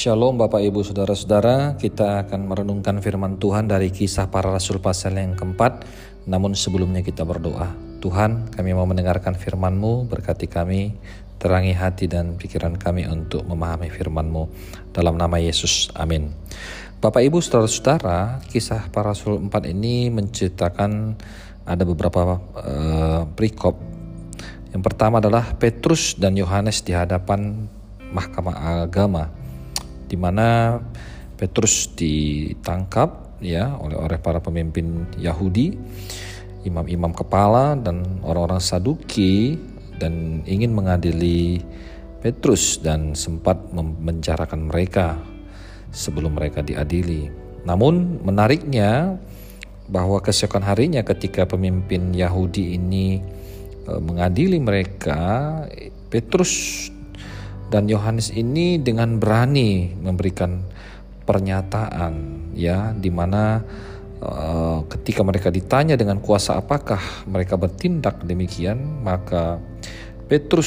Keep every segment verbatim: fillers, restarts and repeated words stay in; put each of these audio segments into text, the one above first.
Shalom Bapak Ibu Saudara-saudara, kita akan merenungkan firman Tuhan dari Kisah Para Rasul pasal yang keempat. Namun sebelumnya kita berdoa. Tuhan, kami mau mendengarkan firman-Mu, berkati kami, terangi hati dan pikiran kami untuk memahami firman-Mu. Dalam nama Yesus, amin. Bapak Ibu Saudara-saudara, Kisah Para Rasul empat ini menceritakan ada beberapa uh, perikop. Yang pertama adalah Petrus dan Yohanes di hadapan Mahkamah Agama, di mana Petrus ditangkap ya oleh oleh para pemimpin Yahudi, imam-imam kepala dan orang-orang Saduki, dan ingin mengadili Petrus dan sempat memenjarakan mereka sebelum mereka diadili. Namun menariknya bahwa keesokan harinya ketika pemimpin Yahudi ini e, mengadili mereka, Petrus dan Yohanes ini dengan berani memberikan pernyataan ya, di mana uh, ketika mereka ditanya dengan kuasa apakah mereka bertindak demikian, maka Petrus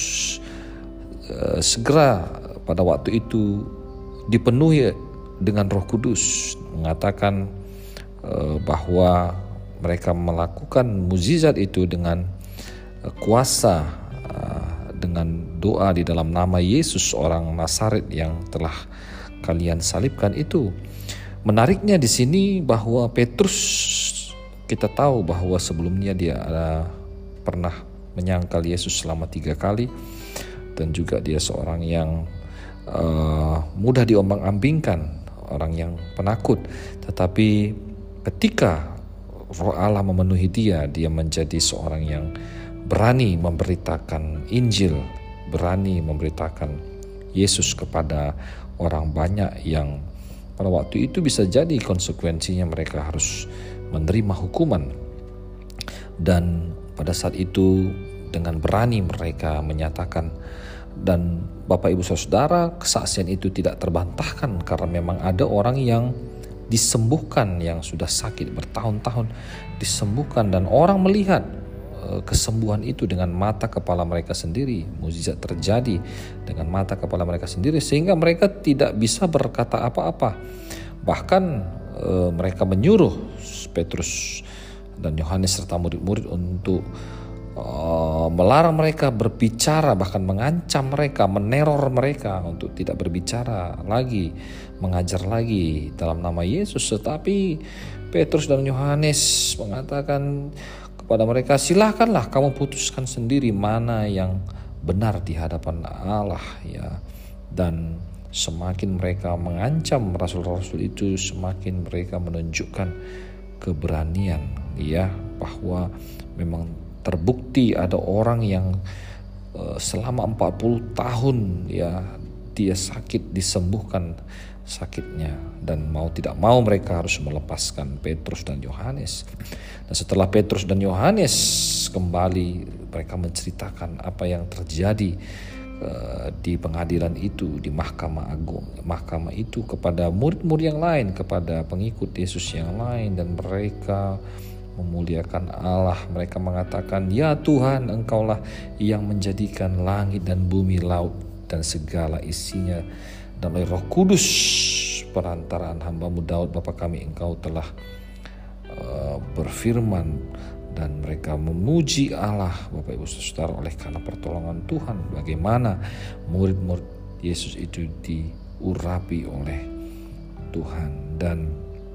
uh, segera pada waktu itu dipenuhi dengan Roh Kudus, mengatakan uh, bahwa mereka melakukan mukjizat itu dengan uh, kuasa, uh, dengan doa di dalam nama Yesus orang Nazaret yang telah kalian salibkan itu. Menariknya di sini bahwa Petrus, kita tahu bahwa sebelumnya dia ada pernah menyangkal Yesus selama tiga kali, dan juga dia seorang yang uh, mudah diombang-ambingkan, orang yang penakut. Tetapi ketika Roh Allah memenuhi dia, dia menjadi seorang yang berani memberitakan Injil, berani memberitakan Yesus kepada orang banyak yang pada waktu itu bisa jadi konsekuensinya mereka harus menerima hukuman. Dan pada saat itu dengan berani mereka menyatakan, dan Bapak Ibu Saudara, kesaksian itu tidak terbantahkan karena memang ada orang yang disembuhkan, yang sudah sakit bertahun-tahun disembuhkan, dan orang melihat kesembuhan itu dengan mata kepala mereka sendiri. Mukjizat terjadi dengan mata kepala mereka sendiri sehingga mereka tidak bisa berkata apa-apa. Bahkan e, mereka menyuruh Petrus dan Yohanes serta murid-murid untuk e, melarang mereka berbicara, bahkan mengancam mereka, meneror mereka untuk tidak berbicara lagi, mengajar lagi dalam nama Yesus. Tetapi Petrus dan Yohanes mengatakan kepada mereka, silakanlah kamu putuskan sendiri mana yang benar di hadapan Allah ya. Dan semakin mereka mengancam rasul-rasul itu, semakin mereka menunjukkan keberanian ya, bahwa memang terbukti ada orang yang uh, selama empat puluh tahun ya dia sakit disembuhkan sakitnya, dan mau tidak mau mereka harus melepaskan Petrus dan Yohanes. Dan setelah Petrus dan Yohanes kembali, mereka menceritakan apa yang terjadi uh, di pengadilan itu, di mahkamah agung, mahkamah itu kepada murid-murid yang lain, kepada pengikut Yesus yang lain, dan mereka memuliakan Allah. Mereka mengatakan, ya Tuhan, Engkaulah yang menjadikan langit dan bumi, laut dan segala isinya, dan oleh Roh Kudus perantaraan hamba-Mu Daud Bapa kami, Engkau telah uh, berfirman. Dan mereka memuji Allah, Bapak Ibu Saudara, oleh karena pertolongan Tuhan, bagaimana murid-murid Yesus itu diurapi oleh Tuhan. Dan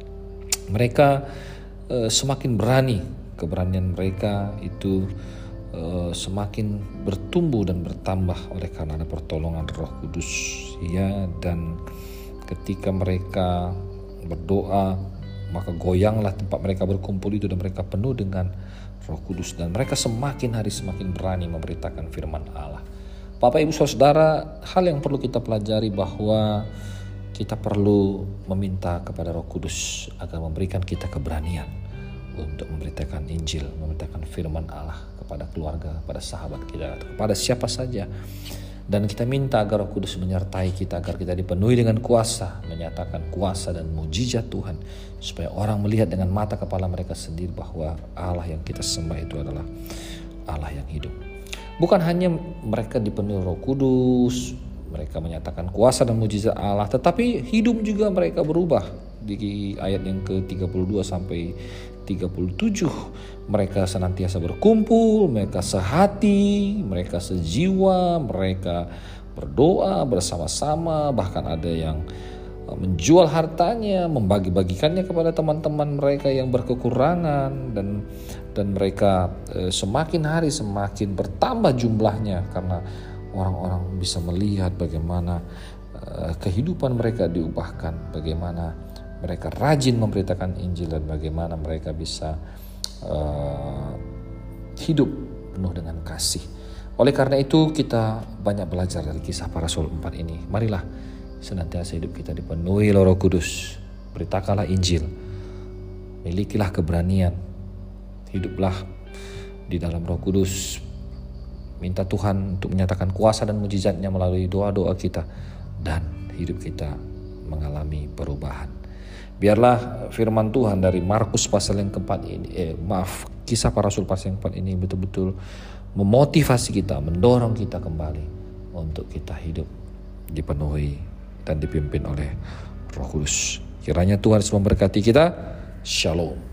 mereka uh, semakin berani, keberanian mereka itu Uh, semakin bertumbuh dan bertambah oleh karena ada pertolongan Roh Kudus ya. Dan ketika mereka berdoa, maka goyanglah tempat mereka berkumpul itu, dan mereka penuh dengan Roh Kudus, dan mereka semakin hari semakin berani memberitakan firman Allah. Bapak Ibu Saudara, hal yang perlu kita pelajari bahwa kita perlu meminta kepada Roh Kudus agar memberikan kita keberanian untuk memberitakan Injil, memberitakan firman Allah kepada keluarga, kepada sahabat kita, kepada siapa saja. Dan kita minta agar Roh Kudus menyertai kita, agar kita dipenuhi dengan kuasa, menyatakan kuasa dan mukjizat Tuhan, supaya orang melihat dengan mata kepala mereka sendiri bahwa Allah yang kita sembah itu adalah Allah yang hidup. Bukan hanya mereka dipenuhi Roh Kudus, Mereka menyatakan kuasa dan mujizat Allah, tetapi hidup juga mereka berubah. Di ayat yang ke tiga puluh dua sampai tiga puluh tujuh, mereka senantiasa berkumpul, mereka sehati, mereka sejiwa, mereka berdoa bersama-sama, bahkan ada yang menjual hartanya, membagi-bagikannya kepada teman-teman mereka yang berkekurangan, dan dan mereka eh, semakin hari semakin bertambah jumlahnya karena orang-orang bisa melihat bagaimana uh, kehidupan mereka diubahkan, bagaimana mereka rajin memberitakan Injil, dan bagaimana mereka bisa uh, hidup penuh dengan kasih. Oleh karena itu kita banyak belajar dari kisah para rasul empat ini. Marilah senantiasa hidup kita dipenuhi oleh Roh Kudus. Beritakanlah Injil, milikilah keberanian, hiduplah di dalam Roh Kudus. Minta Tuhan untuk menyatakan kuasa dan mujizatnya melalui doa-doa kita, dan hidup kita mengalami perubahan. Biarlah firman Tuhan dari Markus pasal yang keempat ini, eh, maaf, kisah para rasul pasal yang keempat ini betul-betul memotivasi kita, mendorong kita kembali untuk kita hidup dipenuhi dan dipimpin oleh Roh Kudus. Kiranya Tuhan Yesus memberkati kita. Shalom.